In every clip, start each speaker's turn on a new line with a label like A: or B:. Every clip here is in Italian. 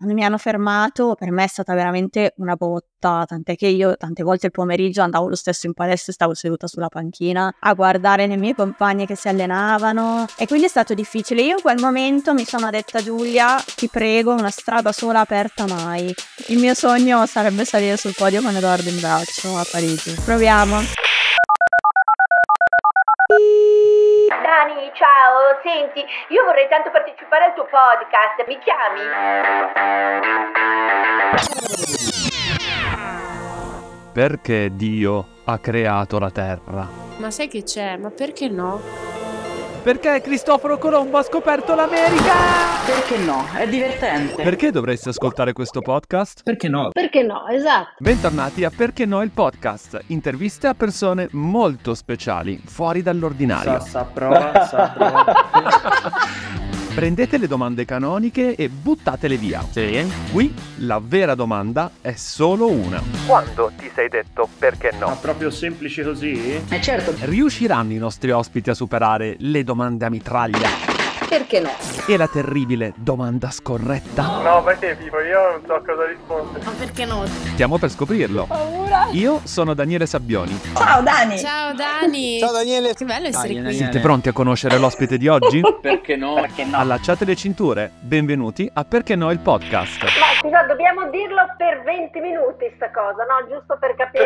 A: quando mi hanno fermato per me è stata veramente una botta, tant'è che io tante volte il pomeriggio andavo lo stesso in palestra e stavo seduta sulla panchina a guardare le mie compagne che si allenavano, e quindi è stato difficile. Io in quel momento mi sono detta: Giulia, ti prego, una strada sola aperta mai. Il mio sogno sarebbe salire sul podio con Edoardo in braccio a Parigi. Proviamo.
B: Dani, ciao, senti, io vorrei tanto partecipare al tuo podcast, mi chiami?
C: Perché Dio ha creato la Terra?
D: Ma sai che c'è? Ma perché no?
C: Perché Cristoforo Colombo ha scoperto l'America!
E: Perché no? È divertente.
C: Perché dovresti ascoltare questo podcast?
F: Perché no?
D: Perché no, esatto.
C: Bentornati a Perché no il podcast, interviste a persone molto speciali, fuori dall'ordinario.
E: Prova.
C: Prendete le domande canoniche e buttatele via.
E: Sì.
C: Qui la vera domanda è solo una. Quando ti sei detto perché
F: Ma
C: no?
F: proprio semplice così?
E: Certo.
C: Riusciranno i nostri ospiti a superare le domande a mitraglia
D: Perché no?
C: e la terribile domanda scorretta?
G: No, perché tipo io non so cosa rispondere.
D: Ma perché no?
C: Stiamo per scoprirlo.
A: Paura.
C: Io sono Daniele Sabbioni.
A: Ciao Dani.
D: Ciao Dani!
G: Ciao Daniele.
D: Che bello essere qui.
C: Siete pronti a conoscere l'ospite di oggi?
E: Perché no? Perché no?
C: Allacciate le cinture. Benvenuti a Perché no il podcast.
B: Ma scusa, dobbiamo dirlo per 20 minuti sta cosa, no? Giusto per capire.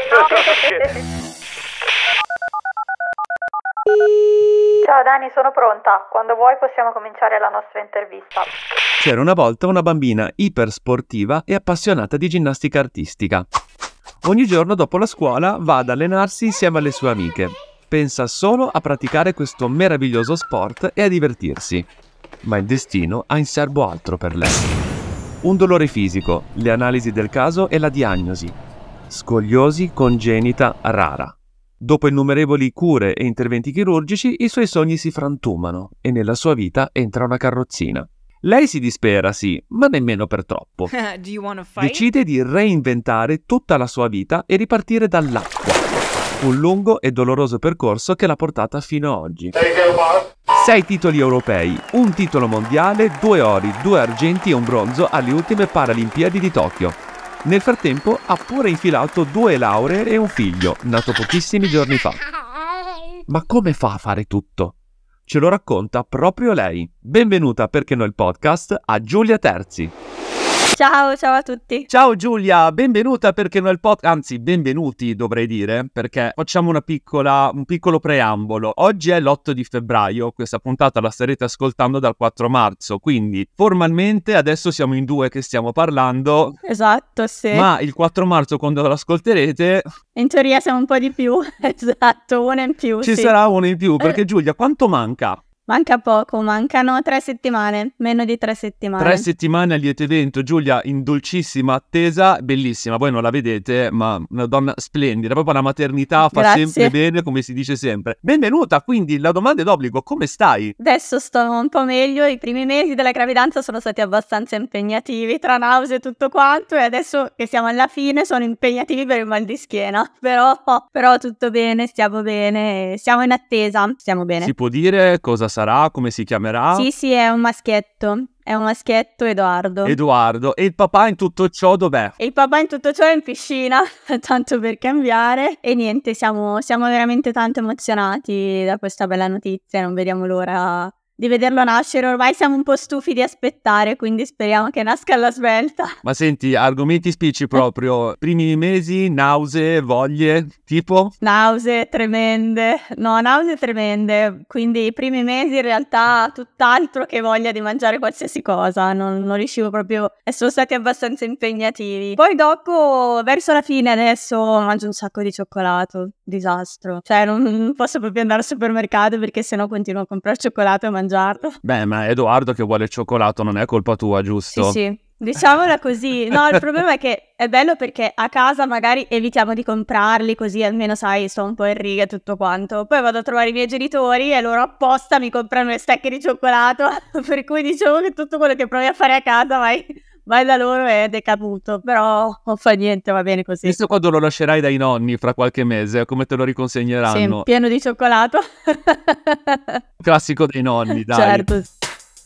A: Ciao Dani, sono pronta. Quando vuoi possiamo cominciare la nostra intervista.
C: C'era una volta una bambina ipersportiva e appassionata di ginnastica artistica. Ogni giorno dopo la scuola va ad allenarsi insieme alle sue amiche. Pensa solo a praticare questo meraviglioso sport e a divertirsi. Ma il destino ha in serbo altro per lei. Un dolore fisico, le analisi del caso e la diagnosi. Scoliosi congenita rara. Dopo innumerevoli cure e interventi chirurgici, i suoi sogni si frantumano e nella sua vita entra una carrozzina. Lei si dispera, sì, ma nemmeno per troppo. Decide di reinventare tutta la sua vita e ripartire dall'acqua. Un lungo e doloroso percorso che l'ha portata fino a oggi. 6 titoli europei, un titolo mondiale, 2 ori, 2 argenti e un bronzo alle ultime Paralimpiadi di Tokyo. Nel frattempo ha pure infilato 2 lauree e un figlio, nato pochissimi giorni fa. Ma come fa a fare tutto? Ce lo racconta proprio lei. Benvenuta a Perché no il podcast a Giulia Terzi.
A: Ciao a tutti.
C: Ciao Giulia, benvenuta a Perché no il podcast, anzi benvenuti dovrei dire, perché facciamo un piccolo preambolo. Oggi è l'8 di febbraio, questa puntata la starete ascoltando dal 4 marzo, quindi formalmente adesso siamo in 2 che stiamo parlando.
A: Esatto, sì.
C: Ma il 4 marzo quando l'ascolterete
A: In teoria siamo un po' di più. Esatto, una in più.
C: ci
A: sì.
C: sarà uno in più, perché Giulia, quanto manca?
A: Manca poco, mancano 3 settimane, meno di 3 settimane.
C: 3 settimane al lieto evento. Giulia in dolcissima attesa, bellissima, voi non la vedete, ma una donna splendida, proprio la maternità fa
A: Grazie.
C: sempre bene, come si dice sempre. Benvenuta, quindi la domanda è d'obbligo, come stai?
A: Adesso sto un po' meglio, i primi mesi della gravidanza sono stati abbastanza impegnativi, tra nausea e tutto quanto, e adesso che siamo alla fine sono impegnativi per il mal di schiena, però tutto bene, stiamo bene, siamo in attesa, stiamo bene.
C: Si può dire cosa sarà, come si chiamerà?
A: Sì, è un maschietto, Edoardo.
C: Edoardo. E il papà in tutto ciò dov'è?
A: E il papà in tutto ciò è in piscina, tanto per cambiare. E niente, siamo veramente tanto emozionati da questa bella notizia, non vediamo l'ora di vederlo nascere. Ormai siamo un po' stufi di aspettare, quindi speriamo che nasca alla svelta.
C: Ma senti, argomenti spicci proprio, primi mesi, nausee, voglie, tipo?
A: Nausee tremende, quindi i primi mesi in realtà tutt'altro che voglia di mangiare qualsiasi cosa, non riuscivo proprio, e sono stati abbastanza impegnativi. Poi dopo, verso la fine adesso mangio un sacco di cioccolato, disastro, cioè non posso proprio andare al supermercato perché sennò continuo a comprare cioccolato e mangiarlo.
C: Beh, ma Edoardo che vuole il cioccolato non è colpa tua, giusto?
A: Sì, diciamola così. No, il problema è che è bello perché a casa magari evitiamo di comprarli, così almeno sai, sto un po' in riga e tutto quanto. Poi vado a trovare i miei genitori e loro apposta mi comprano le stecche di cioccolato, per cui diciamo che tutto quello che provi a fare a casa vai da loro è decaduto, però non fa niente, va bene così.
C: Visto quando lo lascerai dai nonni fra qualche mese, come te lo riconsegneranno?
A: Sì, pieno di cioccolato.
C: Classico dei nonni, dai.
A: Certo.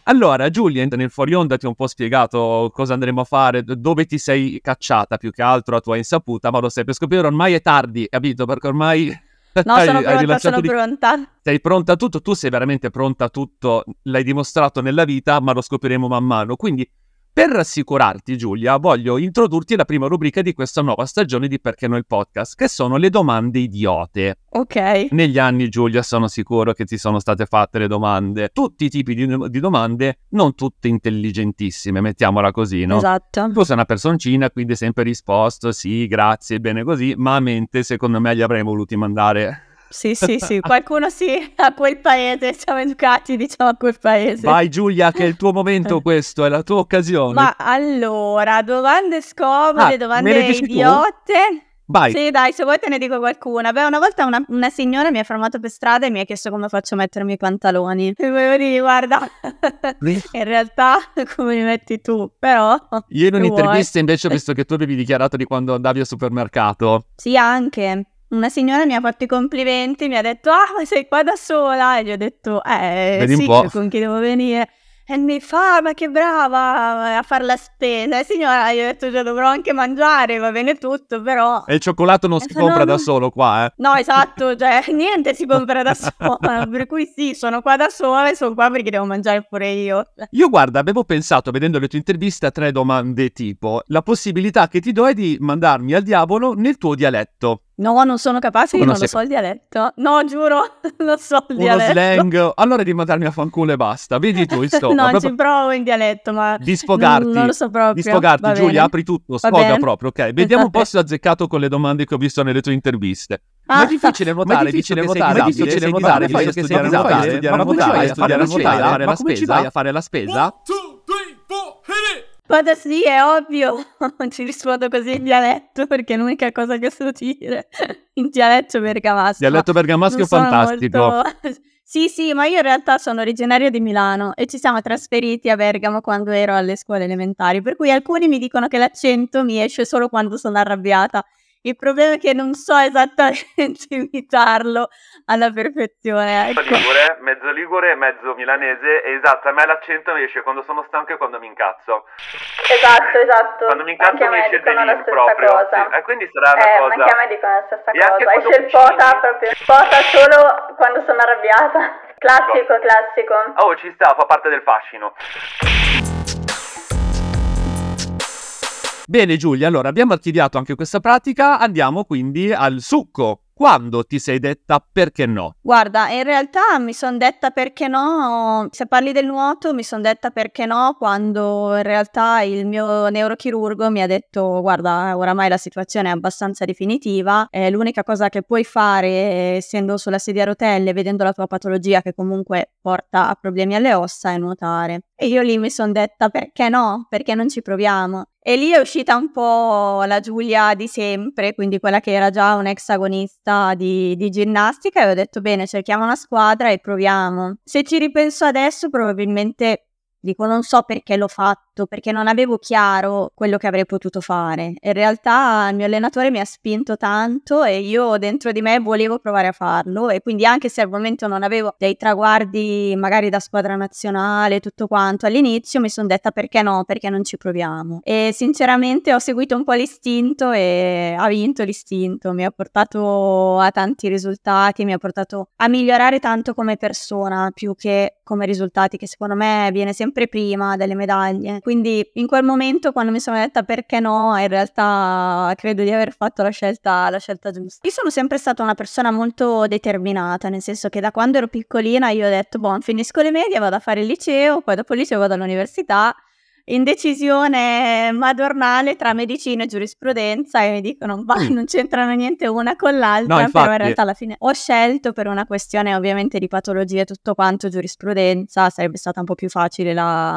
C: Allora, Giulia, nel fuori onda ti ho un po' spiegato cosa andremo a fare, dove ti sei cacciata più che altro a tua insaputa, ma lo sai per scoprire ormai è tardi, capito? Perché ormai
A: No,
C: hai
A: sono pronta,
C: rilasciato
A: sono pronta.
C: sei pronta a tutto, tu sei veramente pronta a tutto, l'hai dimostrato nella vita, ma lo scopriremo man mano. Quindi, per rassicurarti, Giulia, voglio introdurti la prima rubrica di questa nuova stagione di Perché no il podcast, che sono le domande idiote.
A: Ok.
C: Negli anni, Giulia, sono sicuro che ti sono state fatte le domande, tutti i tipi di domande, non tutte intelligentissime, mettiamola così, no?
A: Esatto.
C: Tu sei una personcina, quindi hai sempre risposto sì, grazie, bene così, ma a mente secondo me li avrei voluti mandare.
A: Sì, qualcuno sì, a quel paese, siamo educati, diciamo, a quel paese.
C: Vai Giulia, che è il tuo momento questo, è la tua occasione.
A: Ma allora, domande scomode,
C: me ne
A: domande
C: dici tu?
A: idiote.
C: Vai.
A: Sì, dai, se vuoi te ne dico qualcuna. Beh, una volta una signora mi ha fermato per strada e mi ha chiesto come faccio a mettermi i pantaloni. E volevo dire, guarda, in realtà come li metti tu, però...
C: Io in
A: che
C: un'intervista
A: vuoi.
C: invece ho visto che tu avevi dichiarato di quando andavi al supermercato.
A: Sì, anche. Una signora mi ha fatto i complimenti, mi ha detto, ma sei qua da sola? E gli ho detto,
C: Vedi un
A: sì,
C: po'.
A: con chi devo venire? E mi fa, ma che brava a fare la spesa. E signora, io ho detto, cioè, dovrò anche mangiare, va bene tutto, però...
C: E il cioccolato non si compra da solo qua, eh.
A: No, esatto, cioè, niente si compra da sola, per cui sì, sono qua da sola e sono qua perché devo mangiare pure io.
C: Io guarda, avevo pensato, vedendo le tue interviste, a 3 domande tipo, la possibilità che ti do è di mandarmi al diavolo nel tuo dialetto.
A: No, non sono capace, io
C: Come non
A: non lo
C: sei-
A: so il dialetto. No, giuro, non so il
C: Uno
A: dialetto.
C: slang, allora di mandarmi a fanculo e basta. Vedi tu, insomma,
A: No,
C: proprio
A: ci provo in dialetto, ma
C: di sfogarti,
A: non lo so proprio.
C: di sfogarti,
A: Va
C: Giulia,
A: bene.
C: apri tutto,
A: Va
C: sfoga
A: bene.
C: proprio, ok? Vediamo un po' se ho azzeccato con le domande che ho visto nelle tue interviste.
A: Ah,
C: Ma è difficile nuotare, visto che sei disabile, vai a studiare a fare la spesa, vai a fare la spesa.
A: Guarda, sì, è ovvio. Non ci rispondo così in dialetto perché è l'unica cosa che so dire. In dialetto bergamasco.
C: Dialetto bergamasco
A: Non sono
C: fantastico.
A: molto- Sì, ma io in realtà sono originaria di Milano e ci siamo trasferiti a Bergamo quando ero alle scuole elementari, per cui alcuni mi dicono che l'accento mi esce solo quando sono arrabbiata. Il problema è che non so esattamente imitarlo alla perfezione, ecco.
G: Mezzo ligure, mezzo milanese. Esatto, a me l'accento mi esce quando sono stanco e quando mi incazzo.
B: Esatto.
G: Quando mi incazzo
B: Anche a
G: mi
B: me
G: esce il
B: dicono la
G: delirio
B: stessa
G: proprio.
B: cosa.
G: Sì. E quindi sarà una cosa.
B: Anche a me dicono la stessa
G: E anche
B: cosa.
G: quando
B: Esce il
G: cucini?
B: pota proprio. Pota solo quando sono arrabbiata. Classico.
G: Oh, ci sta, fa parte del fascino.
C: Bene Giulia, allora abbiamo archiviato anche questa pratica, andiamo quindi al succo. Quando ti sei detta perché no?
A: Guarda, in realtà mi sono detta perché no, se parli del nuoto mi sono detta perché no quando in realtà il mio neurochirurgo mi ha detto guarda, oramai la situazione è abbastanza definitiva, l'unica cosa che puoi fare essendo sulla sedia a rotelle, vedendo la tua patologia che comunque porta a problemi alle ossa è nuotare. E io lì mi sono detta perché no? Perché non ci proviamo? E lì è uscita un po' la Giulia di sempre, quindi quella che era già un'ex agonista di ginnastica e ho detto bene, cerchiamo una squadra e proviamo. Se ci ripenso adesso probabilmente dico non so perché l'ho fatto, perché non avevo chiaro quello che avrei potuto fare. In realtà il mio allenatore mi ha spinto tanto e io dentro di me volevo provare a farlo e quindi anche se al momento non avevo dei traguardi magari da squadra nazionale tutto quanto all'inizio mi sono detta perché no, perché non ci proviamo. E sinceramente ho seguito un po' l'istinto e ha vinto l'istinto, mi ha portato a tanti risultati, mi ha portato a migliorare tanto come persona più che come risultati, che secondo me viene sempre prima delle medaglie. Quindi in quel momento quando mi sono detta perché no, in realtà credo di aver fatto la scelta giusta. Io sono sempre stata una persona molto determinata, nel senso che da quando ero piccolina io ho detto boh, finisco le medie, vado a fare il liceo, poi dopo il liceo vado all'università, indecisione madornale tra medicina e giurisprudenza e mi dicono vai, non c'entrano niente una con l'altra,
C: No, infatti.
A: però in realtà alla fine ho scelto per una questione ovviamente di patologie e tutto quanto giurisprudenza, sarebbe stata un po' più facile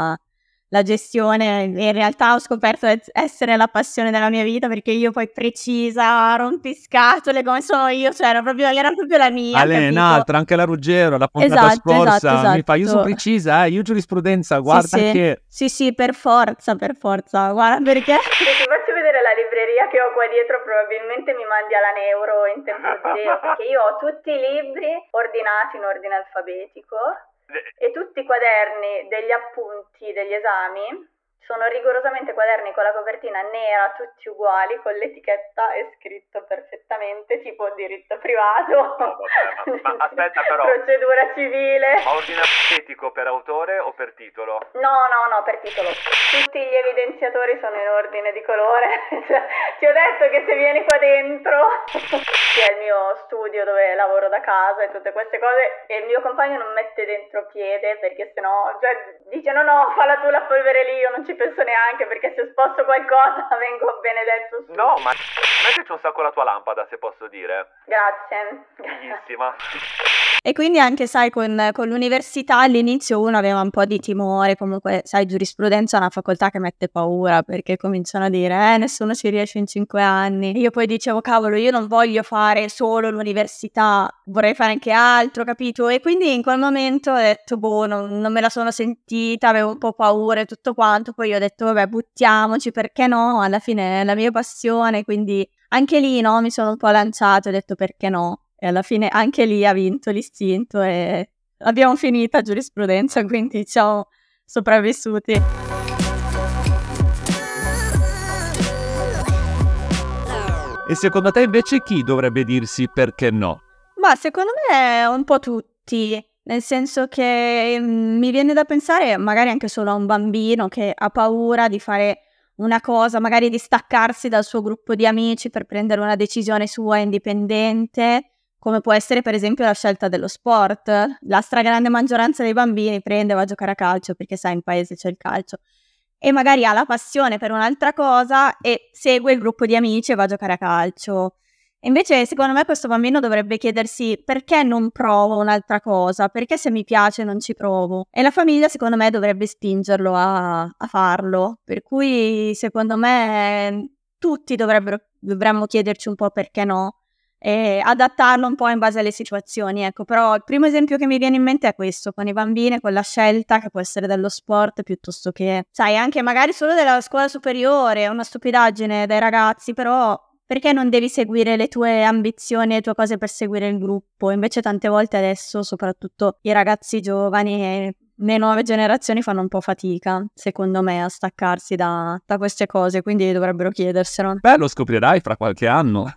A: la gestione. In realtà ho scoperto essere la passione della mia vita perché io poi precisa, rompiscatole come sono io, cioè era proprio la mia,
C: Ale,
A: capito?
C: un'altra, anche la Ruggero, la puntata
A: Esatto,
C: scorsa,
A: esatto.
C: mi fa io sono precisa, io giurisprudenza, guarda
A: sì.
C: che...
A: Sì, per forza, guarda perché...
B: Se ti faccio vedere la libreria che ho qua dietro probabilmente mi mandi alla neuro in tempo zero, perché io ho tutti i libri ordinati in ordine alfabetico
A: E tutti i quaderni degli appunti degli esami sono rigorosamente quaderni con la copertina nera, tutti uguali, con l'etichetta e scritto perfettamente, tipo diritto privato,
G: No, vabbè, ma aspetta però,
A: procedura civile.
G: ma ordine alfabetico per autore o per titolo?
A: No, per titolo. Tutti gli evidenziatori sono in ordine di colore. Ti ho detto che se vieni qua dentro, che è il mio studio dove lavoro da casa e tutte queste cose, e il mio compagno non mette dentro piede perché sennò, cioè, dice no, falla tu la polvere lì, io non ci penso neanche perché se sposto qualcosa vengo benedetto su.
G: No, ma a me piace un sacco la tua lampada, se posso dire.
A: Grazie.
G: Fighissima.
A: E quindi anche, sai, con l'università all'inizio uno aveva un po' di timore, comunque, sai, giurisprudenza è una facoltà che mette paura, perché cominciano a dire, nessuno ci riesce in 5 anni. Io poi dicevo, cavolo, io non voglio fare solo l'università, vorrei fare anche altro, capito? E quindi in quel momento ho detto, non me la sono sentita, avevo un po' paura e tutto quanto, poi ho detto, vabbè, buttiamoci, perché no? Alla fine è la mia passione, quindi anche lì, no, mi sono un po' lanciata, ho detto, perché no? E alla fine anche lì ha vinto l'istinto e abbiamo finita giurisprudenza, quindi ci siamo sopravvissuti.
C: E secondo te invece chi dovrebbe dirsi perché no?
A: Ma secondo me un po' tutti, nel senso che mi viene da pensare magari anche solo a un bambino che ha paura di fare una cosa, magari di staccarsi dal suo gruppo di amici per prendere una decisione sua indipendente, come può essere per esempio la scelta dello sport. La stragrande maggioranza dei bambini prende e va a giocare a calcio perché sai in paese c'è il calcio e magari ha la passione per un'altra cosa e segue il gruppo di amici e va a giocare a calcio. E invece secondo me questo bambino dovrebbe chiedersi perché non provo un'altra cosa, perché se mi piace non ci provo. E la famiglia secondo me dovrebbe spingerlo a farlo, per cui secondo me tutti dovremmo chiederci un po' perché no e adattarlo un po' in base alle situazioni, ecco. Però il primo esempio che mi viene in mente è questo, con i bambini, con la scelta che può essere dello sport piuttosto che, sai, anche magari solo della scuola superiore, è una stupidaggine dai ragazzi, però perché non devi seguire le tue ambizioni e le tue cose per seguire il gruppo? Invece tante volte adesso, soprattutto i ragazzi giovani e le nuove generazioni fanno un po' fatica, secondo me, a staccarsi da queste cose, quindi dovrebbero chiederselo.
C: Beh, lo scoprirai fra qualche anno,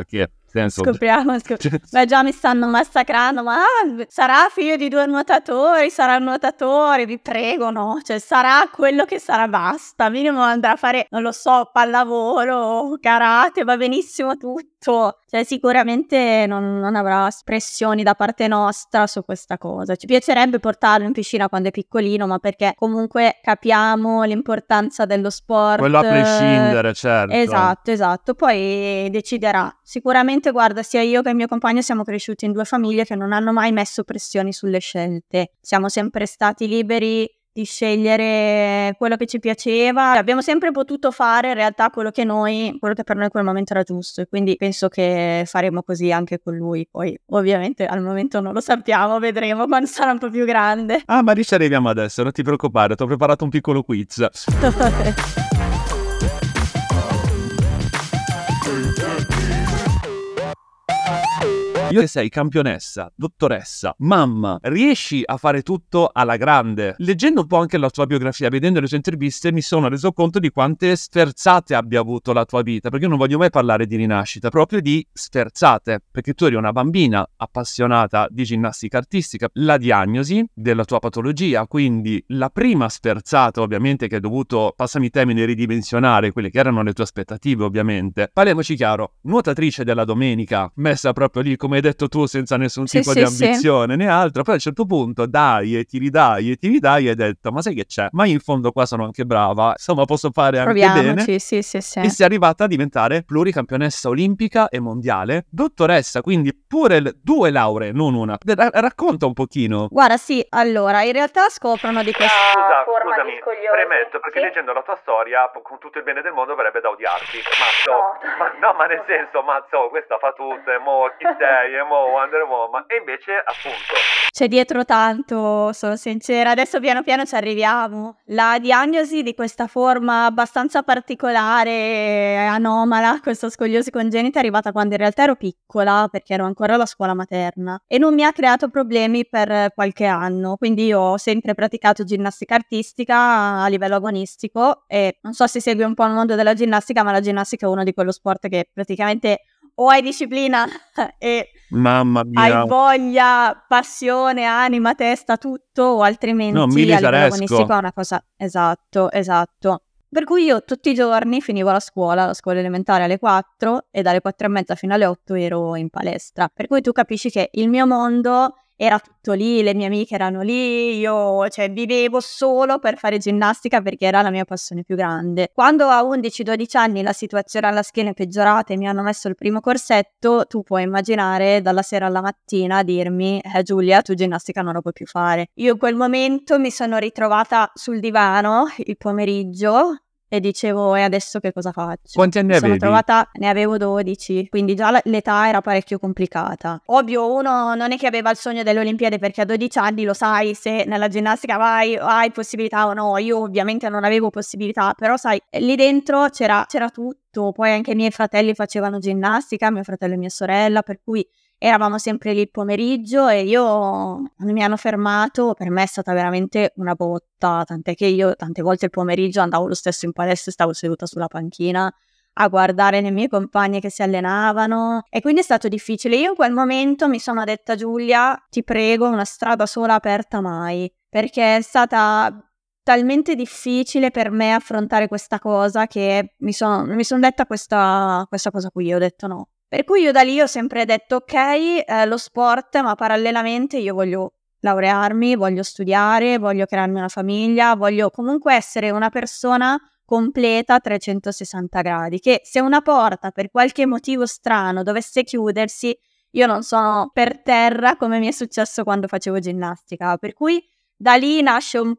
A: Scopriamo. Beh, già mi stanno massacrando, ma sarà figlio di 2 nuotatori, sarà nuotatore, vi prego, no? Cioè, sarà quello che sarà, basta. Minimo andrà a fare, non lo so, pallavolo, karate, va benissimo tutto. Cioè, sicuramente non avrà pressioni da parte nostra su questa cosa. Ci piacerebbe portarlo in piscina quando è piccolino, ma perché comunque capiamo l'importanza dello sport.
C: Quello a prescindere, certo.
A: Esatto. Poi deciderà. Sicuramente, guarda, sia io che il mio compagno siamo cresciuti in 2 famiglie che non hanno mai messo pressioni sulle scelte. Siamo sempre stati liberi di scegliere quello che ci piaceva. Abbiamo sempre potuto fare in realtà quello che per noi in quel momento era giusto, e quindi penso che faremo così anche con lui. Poi ovviamente al momento non lo sappiamo, vedremo quando sarà un po' più grande.
C: Ah, ma ci arriviamo adesso, non ti preoccupare, ti ho preparato un piccolo quiz. Io che sei campionessa, dottoressa, mamma, riesci a fare tutto alla grande. Leggendo un po' anche la tua biografia, vedendo le tue interviste, mi sono reso conto di quante sferzate abbia avuto la tua vita, perché io non voglio mai parlare di rinascita, proprio di sferzate, perché tu eri una bambina appassionata di ginnastica artistica, la diagnosi della tua patologia, quindi la prima sferzata ovviamente che hai dovuto, passami i termini, ridimensionare quelle che erano le tue aspettative ovviamente. Parliamoci chiaro, nuotatrice della domenica, messa proprio lì come hai detto tu senza nessun tipo di ambizione né altro, poi a un certo punto dai e ti ridai e hai detto ma sai che c'è, ma in fondo qua sono anche brava, insomma posso fare anche bene.
A: Sì.
C: E sei arrivata a diventare pluricampionessa olimpica e mondiale, dottoressa, quindi pure 2 lauree, non una. Racconta un pochino.
A: Guarda, sì, allora, in realtà scoprono di questa forma
G: Scusami,
A: di scoliosi.
G: premetto, perché leggendo la tua storia, con tutto il bene del mondo, verrebbe da odiarti. Mazzo, ma nel senso, mazzo, questa fa tutto, mo chi sei? emo Wonder Woman. E invece, appunto,
A: C'è dietro tanto, sono sincera. Adesso piano piano ci arriviamo. La diagnosi di questa forma abbastanza particolare e anomala, questa scoliosi congenita, è arrivata quando in realtà ero piccola, perché ero ancora alla scuola materna, e non mi ha creato problemi per qualche anno. Quindi io ho sempre praticato ginnastica artistica a livello agonistico, e non so se segui un po' il mondo della ginnastica, ma la ginnastica è uno di quello sport che praticamente o hai disciplina e
C: Mamma
A: hai
C: mia.
A: voglia, passione, anima, testa, tutto, o altrimenti
C: No,
A: a livello
C: militaresco.
A: agonistico è una cosa... Esatto. Per cui io tutti i giorni finivo la scuola elementare alle 4 e dalle 4:30 fino alle 8 ero in palestra. Per cui tu capisci che il mio mondo era tutto lì, le mie amiche erano lì, io vivevo solo per fare ginnastica perché era la mia passione più grande. Quando a 11-12 anni la situazione alla schiena è peggiorata e mi hanno messo il primo corsetto, tu puoi immaginare dalla sera alla mattina dirmi Giulia, tu ginnastica non la puoi più fare. Io in quel momento mi sono ritrovata sul divano il pomeriggio e dicevo, e adesso che cosa faccio?
C: Quanti anni
A: Mi sono
C: avevi?
A: trovata, ne avevo 12, quindi già l'età era parecchio complicata. Ovvio, uno non è che aveva il sogno delle Olimpiadi, perché a 12 anni lo sai se nella ginnastica hai possibilità o no. Io ovviamente non avevo possibilità, però sai, lì dentro c'era tutto. Poi anche i miei fratelli facevano ginnastica, mio fratello e mia sorella, per cui eravamo sempre lì il pomeriggio e io non mi hanno fermato. Per me è stata veramente una botta, tant'è che io tante volte il pomeriggio andavo lo stesso in palestra e stavo seduta sulla panchina a guardare le mie compagne che si allenavano, e quindi è stato difficile. Io in quel momento mi sono detta Giulia, ti prego, una strada sola aperta mai, perché è stata talmente difficile per me affrontare questa cosa che mi sono detta questa cosa qui, ho detto no. Per cui io da lì ho sempre detto ok, lo sport, ma parallelamente io voglio laurearmi, voglio studiare, voglio crearmi una famiglia, voglio comunque essere una persona completa a 360 gradi, che se una porta per qualche motivo strano dovesse chiudersi, io non sono per terra come mi è successo quando facevo ginnastica. Per cui da lì nasce un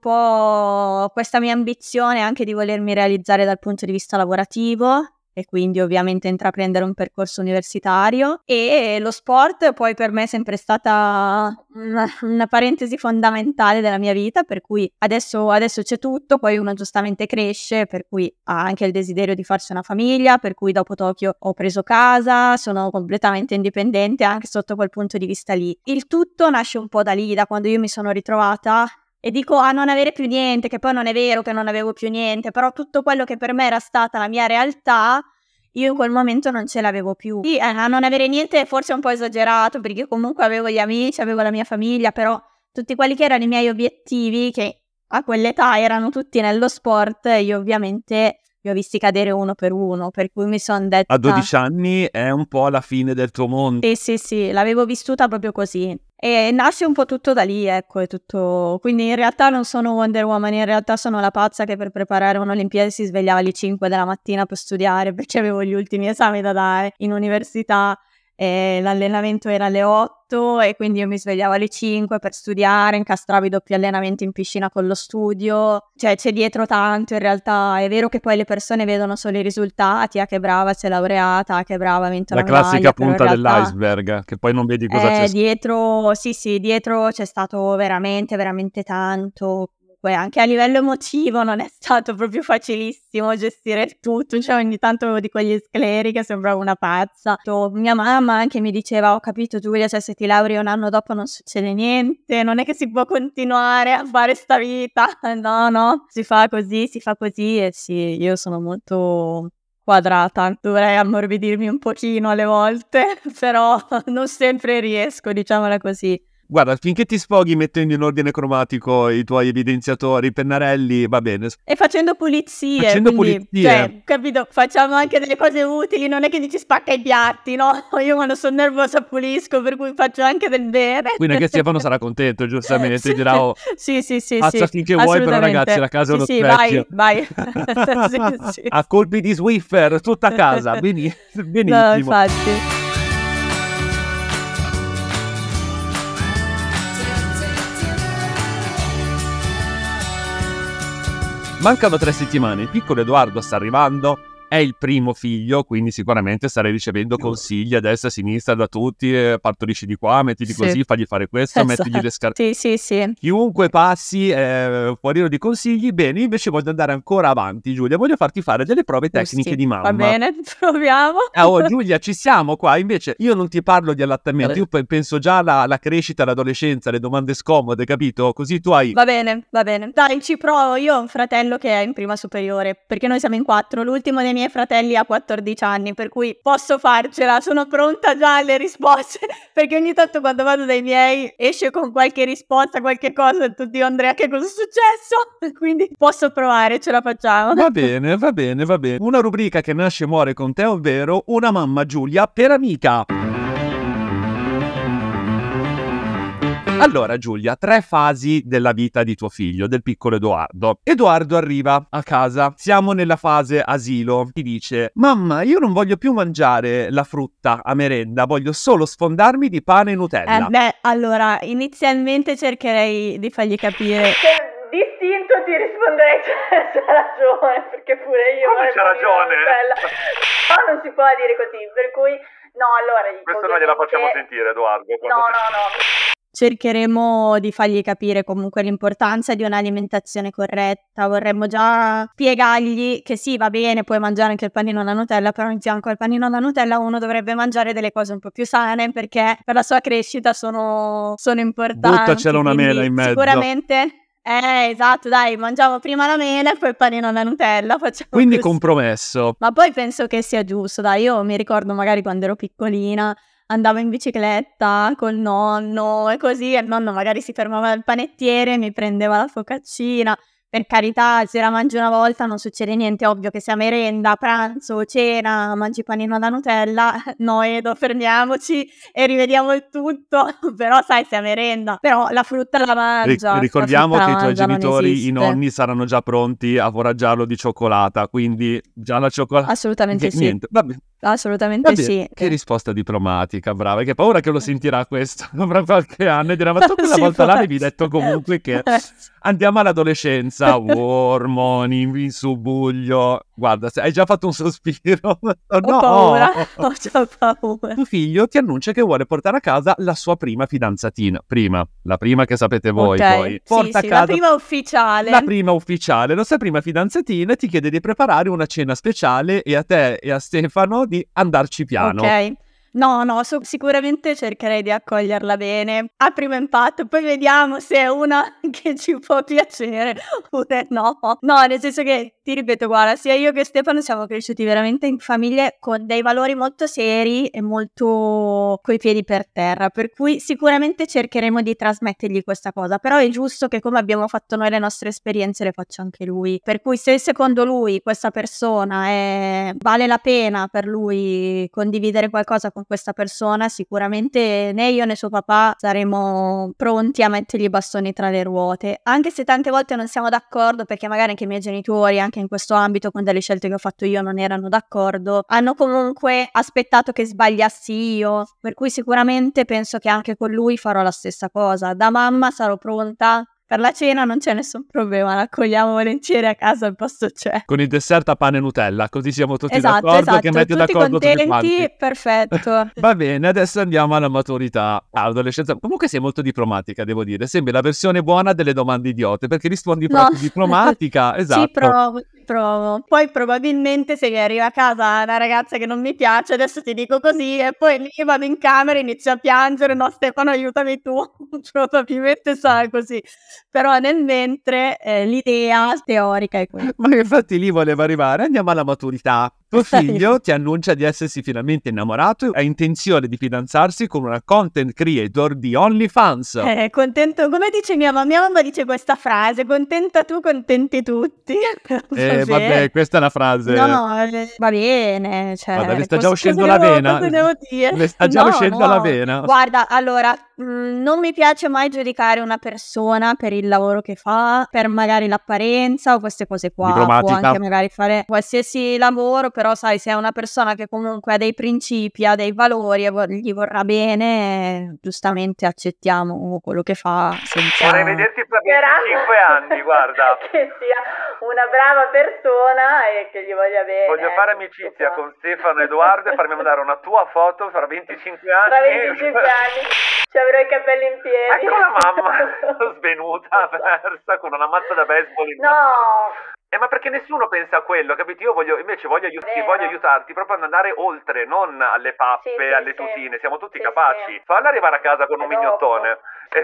A: po' questa mia ambizione anche di volermi realizzare dal punto di vista lavorativo, e quindi ovviamente intraprendere un percorso universitario, e lo sport poi per me è sempre stata una parentesi fondamentale della mia vita, per cui adesso c'è tutto. Poi uno giustamente cresce, per cui ha anche il desiderio di farsi una famiglia, per cui dopo Tokyo ho preso casa, sono completamente indipendente anche sotto quel punto di vista lì. Il tutto nasce un po' da lì, da quando io mi sono ritrovata e dico a non avere più niente, che poi non è vero che non avevo più niente, però tutto quello che per me era stata la mia realtà, io in quel momento non ce l'avevo più. Sì, a non avere niente forse è un po' esagerato, perché comunque avevo gli amici, avevo la mia famiglia, però tutti quelli che erano i miei obiettivi, che a quell'età erano tutti nello sport, io ovviamente li ho visti cadere uno per uno, per cui mi sono detta...
C: A 12 anni è un po' la fine del tuo mondo.
A: Sì, l'avevo vissuta proprio così. E nasce un po' tutto da lì, ecco, è tutto... Quindi in realtà non sono Wonder Woman, in realtà sono la pazza che per preparare un'Olimpiade si svegliava alle 5 della mattina per studiare, perché avevo gli ultimi esami da dare in università. E l'allenamento era alle 8 e quindi io mi svegliavo alle 5 per studiare, incastravo i doppi allenamenti in piscina con lo studio. C'è dietro tanto, in realtà. È vero che poi le persone vedono solo i risultati, che brava, si è laureata, che brava, ha vinto
C: La
A: la medaglia,
C: classica
A: però in
C: punta
A: realtà
C: dell'iceberg, che poi non vedi cosa c'è.
A: dietro, sì, dietro c'è stato veramente, veramente tanto. Anche a livello emotivo non è stato proprio facilissimo gestire tutto, ogni tanto avevo di quegli scleri che sembrava una pazza. Mia mamma anche mi diceva, ho capito Giulia, se ti laurei un anno dopo non succede niente, non è che si può continuare a fare sta vita, no, si fa così, e sì, io sono molto quadrata, dovrei ammorbidirmi un pochino alle volte, però non sempre riesco, diciamola così.
C: Guarda, finché ti sfoghi mettendo in ordine cromatico i tuoi evidenziatori, i pennarelli, va bene.
A: E facendo pulizie. Cioè, capito? Facciamo anche delle cose utili, non è che dici spacca i piatti, no? Io quando sono nervosa pulisco, per cui faccio anche del bene.
C: Quindi anche Stefano sarà contento, giustamente,
A: sì.
C: dirà
A: Sì.
C: Pazza finché vuoi, però ragazzi la casa è uno specchio.
A: Vai. sì.
C: A colpi di Swiffer, tutta casa, benissimo.
A: No, infatti.
C: Mancano 3 settimane, il piccolo Edoardo sta arrivando è il primo figlio, quindi sicuramente starai ricevendo consigli a destra e a sinistra da tutti, partorisci di qua, mettiti
A: Sì.
C: così, fagli fare questo, mettigli le scarpe.
A: Sì.
C: Chiunque passi fuoriero di consigli. Bene, invece voglio andare ancora avanti, Giulia, voglio farti fare delle prove tecniche
A: Giusti.
C: di mamma.
A: Va bene, proviamo.
C: Giulia, ci siamo qua. Invece io non ti parlo di allattamento, io penso già alla crescita, all'adolescenza, alle domande scomode, capito? Così tu hai...
A: Va bene. Dai, ci provo. Io ho un fratello che è in prima superiore, perché noi siamo in 4. L'ultimo dei miei fratelli ha 14 anni, per cui posso farcela. Sono pronta già alle risposte, perché ogni tanto quando vado dai miei esce con qualche risposta, qualche cosa, e tu, Dio Andrea, che cosa è successo? Quindi posso provare, ce la facciamo.
C: Va bene. Una rubrica che nasce e muore con te, ovvero Una mamma Giulia per amica. Allora Giulia, 3 fasi della vita di tuo figlio, del piccolo Edoardo. Edoardo arriva a casa, siamo nella fase asilo, ti dice: mamma, io non voglio più mangiare la frutta a merenda, voglio solo sfondarmi di pane e Nutella.
A: Allora, inizialmente cercherei di fargli capire...
B: Distinto ti risponderei c'ha ragione, perché pure io...
G: Come c'ha ragione?
B: No, non si può dire così, per cui... No, allora...
G: Questo non gliela facciamo sentire, Edoardo.
B: No.
A: Cercheremo di fargli capire comunque l'importanza di un'alimentazione corretta. Vorremmo già spiegargli che sì, va bene, puoi mangiare anche il panino alla Nutella, però in fianco al panino alla Nutella uno dovrebbe mangiare delle cose un po' più sane, perché per la sua crescita sono importanti.
C: Buttacela una mela in mezzo.
A: Sicuramente... esatto, dai, mangiamo prima la mela e poi il panino alla Nutella, facciamo
C: Quindi
A: così.
C: compromesso.
A: Ma poi penso che sia giusto, dai, io mi ricordo magari quando ero piccolina, andavo in bicicletta col nonno e così, e il nonno magari si fermava al panettiere, mi prendeva la focaccina. Per carità, se la mangi una volta non succede niente, ovvio che sia merenda, pranzo, cena, mangi panino alla Nutella, no Edo, fermiamoci e rivediamo il tutto, però sai, se è merenda, però la frutta la mangia.
C: Ricordiamo
A: la
C: che i
A: frutta
C: tuoi
A: la mangia, non
C: genitori, i
A: esiste.
C: nonni, saranno già pronti a foraggiarlo di cioccolata, quindi già la cioccolata...
A: Assolutamente sì.
C: Niente, vabbè.
A: Assolutamente
C: Vabbè,
A: sì.
C: che risposta diplomatica, brava, che paura che lo sentirà questo fra qualche anno e dirà: ma tu quella
A: Sì,
C: volta là
A: poi.
C: avevi detto comunque che andiamo all'adolescenza, ormoni, in subbuglio. Guarda, hai già fatto un sospiro.
A: Ho paura, ho già paura.
C: Tuo figlio ti annuncia che vuole portare a casa la sua prima fidanzatina. La prima che sapete voi,
A: Ok,
C: poi.
A: sì,
C: Porta
A: sì,
C: a casa
A: la prima ufficiale.
C: la prima ufficiale, la sua prima fidanzatina, e ti chiede di preparare una cena speciale e a te e a Stefano di andarci piano.
A: Ok. No, sicuramente cercherei di accoglierla bene a primo impatto, poi vediamo se è una che ci può piacere oppure no. No, nel senso che, ti ripeto, guarda, sia io che Stefano siamo cresciuti veramente in famiglie con dei valori molto seri e molto coi piedi per terra, per cui sicuramente cercheremo di trasmettergli questa cosa, però è giusto che come abbiamo fatto noi le nostre esperienze le faccia anche lui, per cui se secondo lui questa persona vale la pena per lui condividere qualcosa con questa persona, sicuramente né io né suo papà saremo pronti a mettergli i bastoni tra le ruote, anche se tante volte non siamo d'accordo, perché magari anche i miei genitori, anche in questo ambito, con delle scelte che ho fatto io, non erano d'accordo, hanno comunque aspettato che sbagliassi io, per cui sicuramente penso che anche con lui farò la stessa cosa. Da mamma sarò pronta. Per la cena non c'è nessun problema, l'accogliamo volentieri a casa, il posto c'è.
C: Con il dessert a pane e Nutella, così siamo tutti
A: Esatto,
C: d'accordo, che metti
A: tutti
C: d'accordo tutti
A: contenti,
C: quanti.
A: perfetto.
C: Va bene, adesso andiamo alla maturità. Adolescenza. Comunque sei molto diplomatica, devo dire. Sembri la versione buona delle domande idiote, perché rispondi proprio diplomatica. Esatto.
A: Ci provo. Poi probabilmente se mi arriva a casa una ragazza che non mi piace, adesso ti dico così, e poi lì vado in camera e inizio a piangere, no Stefano aiutami tu, probabilmente sarà così. Però nel mentre l'idea teorica è quella.
C: Ma infatti lì voleva arrivare. Andiamo alla maturità. Tuo figlio ti annuncia di essersi finalmente innamorato e ha intenzione di fidanzarsi con una content creator di OnlyFans.
A: Contento, come dice mia mamma dice questa frase: contenta tu, contenti tutti.
C: Vabbè, questa è la frase.
A: No, va bene. Cioè,
C: Guarda, le sta già
A: cosa
C: uscendo
A: devo-
C: la vena.
A: Cosa devo dire?
C: Le sta già uscendo la vena.
A: Guarda, allora, non mi piace mai giudicare una persona per il lavoro che fa, per magari l'apparenza o queste cose qua. Può
C: Diplomatica.
A: anche magari fare qualsiasi lavoro, però sai, se è una persona che comunque ha dei principi, ha dei valori e gli vorrà bene, giustamente accettiamo quello che fa senza...
G: Vorrei vederti fra 25 anni, guarda.
B: Che sia una brava persona e che gli voglia bene.
G: Voglio fare amicizia con Stefano e Edoardo e farmi mandare una tua foto fra 25 anni.
B: Tra 25 anni ci avrò i capelli in piedi.
G: Ecco la mamma svenuta, persa, con una mazza da baseball in mano.
B: No!
G: Ma perché nessuno pensa a quello, capito? Io voglio aiutarti proprio ad andare oltre, non alle pappe,
B: Sì,
G: alle
B: sì.
G: tutine, siamo tutti
B: Sì,
G: capaci.
B: sì.
G: Falla arrivare a casa con un
B: Dopo.
G: mignottone.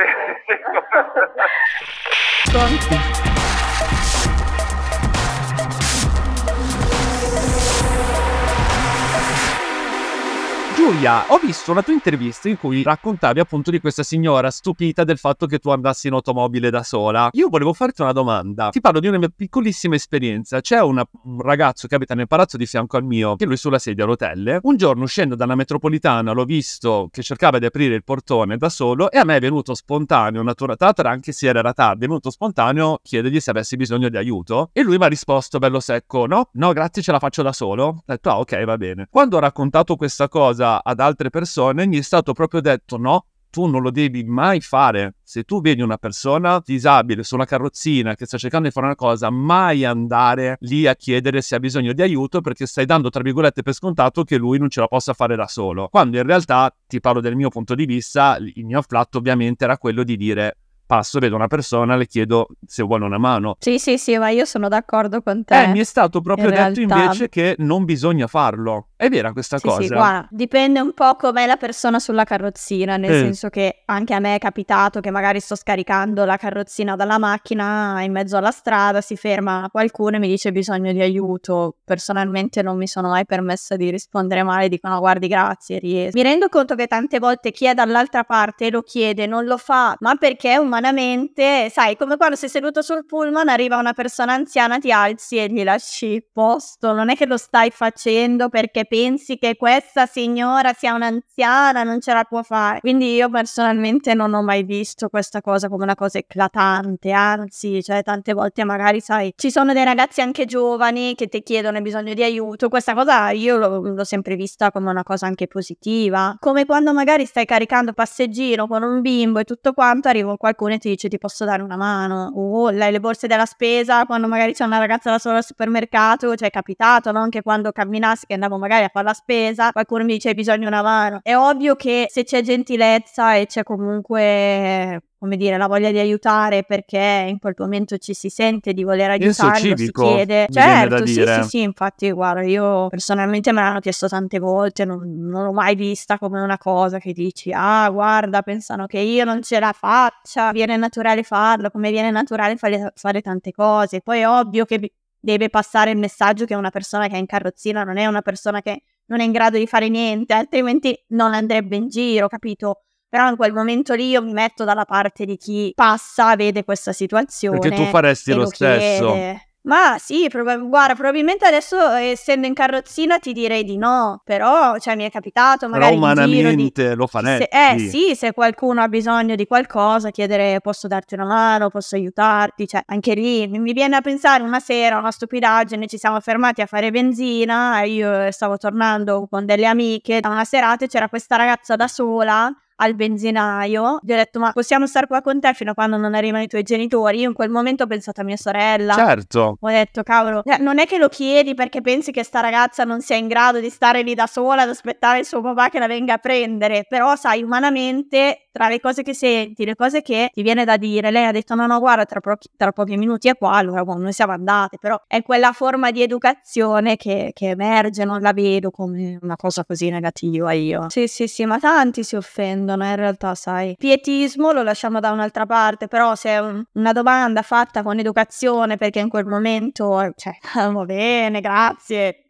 C: Giulia, ho visto una tua intervista in cui raccontavi appunto di questa signora stupita del fatto che tu andassi in automobile da sola. Io volevo farti una domanda. Ti parlo di una mia piccolissima esperienza. C'è un ragazzo che abita nel palazzo di fianco al mio, che lui sulla sedia a rotelle. Un giorno uscendo dalla metropolitana l'ho visto che cercava di aprire il portone da solo e a me è venuto spontaneo, naturalmente, anche se era tardi, è venuto spontaneo chiedergli se avessi bisogno di aiuto. E lui mi ha risposto bello secco: no, grazie, ce la faccio da solo. Ho detto, ok, va bene. Quando ho raccontato questa cosa ad altre persone mi è stato proprio detto: no, tu non lo devi mai fare. Se tu vedi una persona disabile su una carrozzina che sta cercando di fare una cosa, mai andare lì a chiedere se ha bisogno di aiuto, perché stai dando, tra virgolette, per scontato che lui non ce la possa fare da solo. Quando in realtà, ti parlo del mio punto di vista, il mio afflatto ovviamente era quello di dire: passo, vedo una persona, le chiedo se vuole una mano.
A: Sì, ma io sono d'accordo con te.
C: Mi è stato proprio
A: in
C: detto
A: realtà.
C: invece che non bisogna farlo. È vera questa cosa?
A: Sì, guarda, dipende un po' com'è la persona sulla carrozzina, nel senso che anche a me è capitato che magari sto scaricando la carrozzina dalla macchina, in mezzo alla strada si ferma qualcuno e mi dice bisogno di aiuto. Personalmente non mi sono mai permessa di rispondere male, dico no, guardi, grazie, riesco. Mi rendo conto che tante volte chi è dall'altra parte lo chiede, non lo fa, ma perché umanamente, sai, come quando sei seduto sul pullman, arriva una persona anziana, ti alzi e gli lasci il posto, non è che lo stai facendo perché pensi che questa signora sia un'anziana, non ce la può fare. Quindi io personalmente non ho mai visto questa cosa come una cosa eclatante, anzi, cioè tante volte magari, sai, ci sono dei ragazzi anche giovani che ti chiedono hai bisogno di aiuto, questa cosa io l'ho sempre vista come una cosa anche positiva, come quando magari stai caricando passeggino con un bimbo e tutto quanto, arriva qualcuno e ti dice ti posso dare una mano, o le borse della spesa, quando magari c'è una ragazza da sola al supermercato, cioè è capitato, no? Anche quando camminassi che andavo magari a fare la spesa, qualcuno mi dice hai bisogno di una mano. È ovvio che se c'è gentilezza e c'è comunque, come dire, la voglia di aiutare, perché in quel momento ci si sente di voler aiutare,
C: civico,
A: lo si chiede.
C: mi viene da
A: Certo,
C: dire.
A: sì, infatti guarda, io personalmente me l'hanno chiesto tante volte, non l'ho mai vista come una cosa che dici ah guarda, pensano che io non ce la faccia, viene naturale farlo, come viene naturale fare tante cose. Poi è ovvio che deve passare il messaggio che una persona che è in carrozzina non è una persona che non è in grado di fare niente, altrimenti non andrebbe in giro, capito? Però in quel momento lì io mi metto dalla parte di chi passa, vede questa situazione.
C: Perché tu faresti
A: e
C: lo stesso.
A: chiede. Ma sì, guarda, probabilmente adesso essendo in carrozzina ti direi di no, però cioè, mi è capitato magari
C: Però
A: in giro
C: umanamente lo faresti.
A: sì, se qualcuno ha bisogno di qualcosa, chiedere posso darti una mano, posso aiutarti, cioè anche lì mi viene a pensare una sera, una stupidaggine, ci siamo fermati a fare benzina, io stavo tornando con delle amiche da una serata e c'era questa ragazza da sola al benzinaio, gli ho detto ma possiamo stare qua con te fino a quando non arrivano i tuoi genitori? Io in quel momento ho pensato a mia sorella,
C: Certo.
A: ho detto cavolo, non è che lo chiedi perché pensi che sta ragazza non sia in grado di stare lì da sola ad aspettare il suo papà che la venga a prendere, però sai, umanamente tra le cose che senti, le cose che ti viene da dire, lei ha detto no guarda tra pochi minuti è qua, allora noi siamo andate, però è quella forma di educazione che emerge, non la vedo come una cosa così negativa io. Sì, ma tanti si offendono in realtà, sai. Pietismo lo lasciamo da un'altra parte, però se è una domanda fatta con educazione perché in quel momento, cioè, va bene, grazie,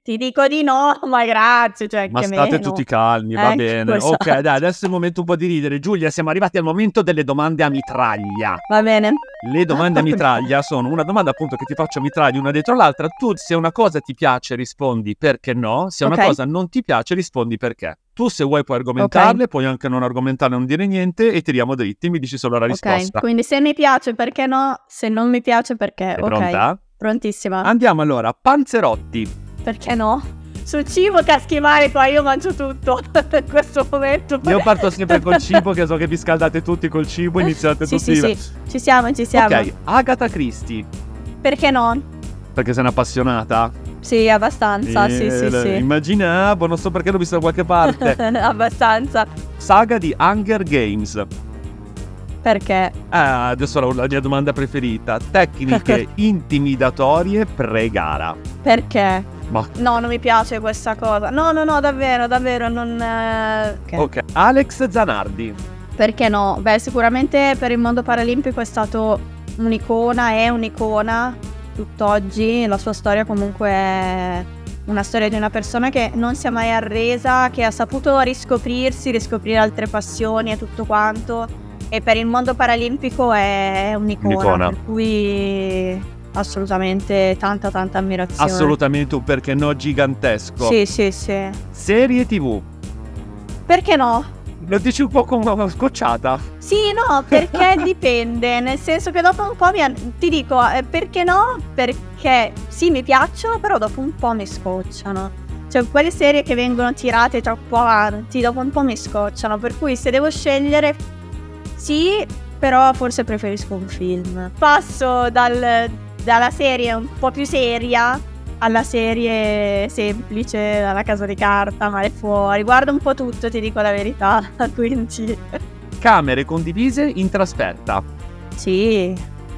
A: ti dico di no, ma grazie, cioè
C: Ma
A: che
C: state
A: meno.
C: tutti calmi, va
A: Ecco,
C: bene.
A: esatto.
C: Ok, dai, adesso è il momento un po' di ridere. Giulia, siamo arrivati al momento delle domande a mitraglia.
A: Va bene.
C: Le domande a mitraglia sono una domanda appunto che ti faccio a mitraglia una dietro l'altra. Tu se una cosa ti piace rispondi perché no, se una
A: Ok.
C: cosa non ti piace rispondi perché. Tu se vuoi puoi argomentarle, puoi anche non argomentarle, non dire niente e tiriamo dritti, mi dici solo la risposta.
A: Ok, quindi se mi piace perché no, se non mi piace perché.
C: Sei
A: Ok,
C: pronta?
A: prontissima.
C: Andiamo allora, Panzerotti.
A: Perché no? Sul cibo caschi male, qua io mangio tutto in questo momento.
C: Io parto sempre col cibo, che so che vi scaldate tutti col cibo, iniziate
A: Sì,
C: tutti.
A: sì, sì, ci siamo.
C: Ok, Agatha Christie,
A: Perché no?
C: perché sei un'appassionata?
A: Sì, abbastanza, sì.
C: Immaginavo, non so perché l'ho visto da qualche parte.
A: Abbastanza.
C: Saga di Hunger Games.
A: Perché?
C: Adesso la mia domanda preferita. Tecniche intimidatorie pre-gara.
A: Perché?
C: Ma
A: No, non mi piace questa cosa. No, davvero, non...
C: ok, Alex Zanardi.
A: Perché no? Beh, sicuramente per il mondo paralimpico è stato è un'icona tutt'oggi. La sua storia comunque è una storia di una persona che non si è mai arresa, che ha saputo riscoprire altre passioni e tutto quanto. E per il mondo paralimpico è un'icona. Per cui assolutamente tanta ammirazione.
C: Assolutamente un perché no gigantesco.
A: Sì.
C: Serie TV.
A: Perché no?
C: Lo dici un po' come una scocciata.
A: Sì, no, perché dipende, nel senso che dopo un po' ti dico, perché no? Perché sì, mi piacciono, però dopo un po' mi scocciano. Cioè, quelle serie che vengono tirate troppo avanti, dopo un po' mi scocciano, per cui se devo scegliere, sì, però forse preferisco un film. Passo dalla serie un po' più seria alla serie semplice, dalla Casa di Carta, Mare Fuori. Guardo un po' tutto, ti dico la verità, quindi...
C: Camere condivise in trasferta.
A: Sì,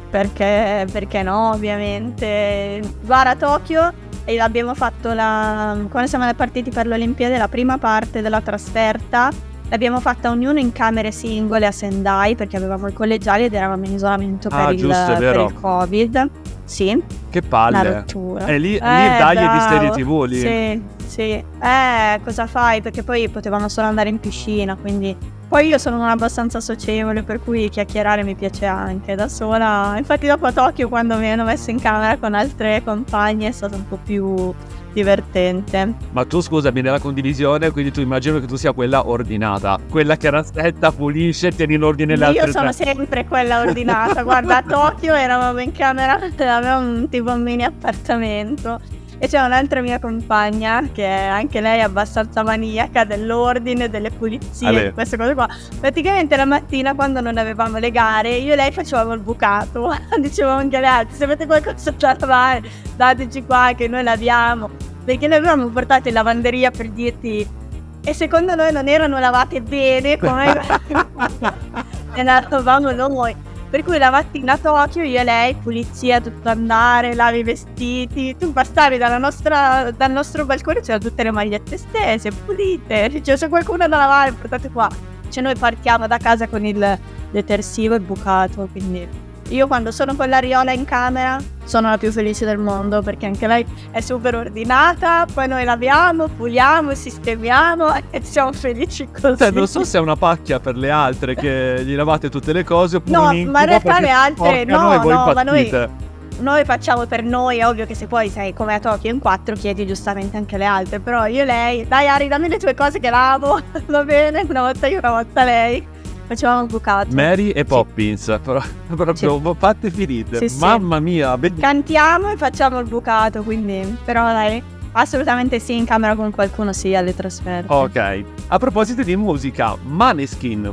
A: perché no, ovviamente. Guarda, a Tokyo e abbiamo fatto quando siamo partiti per le Olimpiadi, la prima parte della trasferta l'abbiamo fatta ognuno in camere singole a Sendai, perché avevamo il collegiale ed eravamo in isolamento per il Covid. Sì.
C: Che palle.
A: Una rottura.
C: E lì dai di serie
A: bravo.
C: TV lì.
A: Sì. Cosa fai? Perché poi potevamo solo andare in piscina, quindi... Poi io sono abbastanza socievole, per cui chiacchierare mi piace anche da sola. Infatti dopo a Tokyo, quando mi hanno messo in camera con altre compagne, è stato un po' più divertente.
C: Ma tu scusami, nella condivisione, quindi tu immagino che tu sia quella ordinata, quella che rassetta, pulisce, tieni in ordine le altre
A: Io sono sempre quella ordinata. Guarda, a Tokyo eravamo in camera, avevamo tipo un mini appartamento e c'è un'altra mia compagna che è anche lei abbastanza maniaca dell'ordine, delle pulizie, queste cose qua. Praticamente la mattina, quando non avevamo le gare, io e lei facevamo il bucato. Dicevamo anche agli altri: se avete qualcosa da lavare, dateci qua che noi laviamo, perché noi avevamo portato in lavanderia per dirti, e secondo noi non erano lavate bene come e la lavavamo noi. Per cui la mattina a Tokyo io e lei, pulizia, tutto andare, lavi i vestiti. Tu passavi dal nostro balcone, c'erano tutte le magliette stesse, pulite. Cioè, se qualcuno da lavare, portate qua. Cioè, noi partiamo da casa con il detersivo e bucato, quindi... Io quando sono con la Riola in camera sono la più felice del mondo, perché anche lei è super ordinata, poi noi laviamo, puliamo, sistemiamo e siamo felici così.
C: Non so se è una pacchia per le altre che gli lavate tutte le cose oppure
A: no, ma in realtà le altre no, ma noi facciamo per noi. È ovvio che se poi sei come a Tokyo in 4 chiedi giustamente anche le altre, però io e lei, dai Ari, dammi le tue cose che lavo, va bene, una volta io, una volta lei. Facevamo il bucato.
C: Mary e Poppins, proprio fatte finite.
A: Sì,
C: mamma mia,
A: cantiamo e facciamo il bucato, quindi però dai, assolutamente sì, in camera con qualcuno, sì, alle trasferte.
C: Ok, a proposito di musica, Maneskin.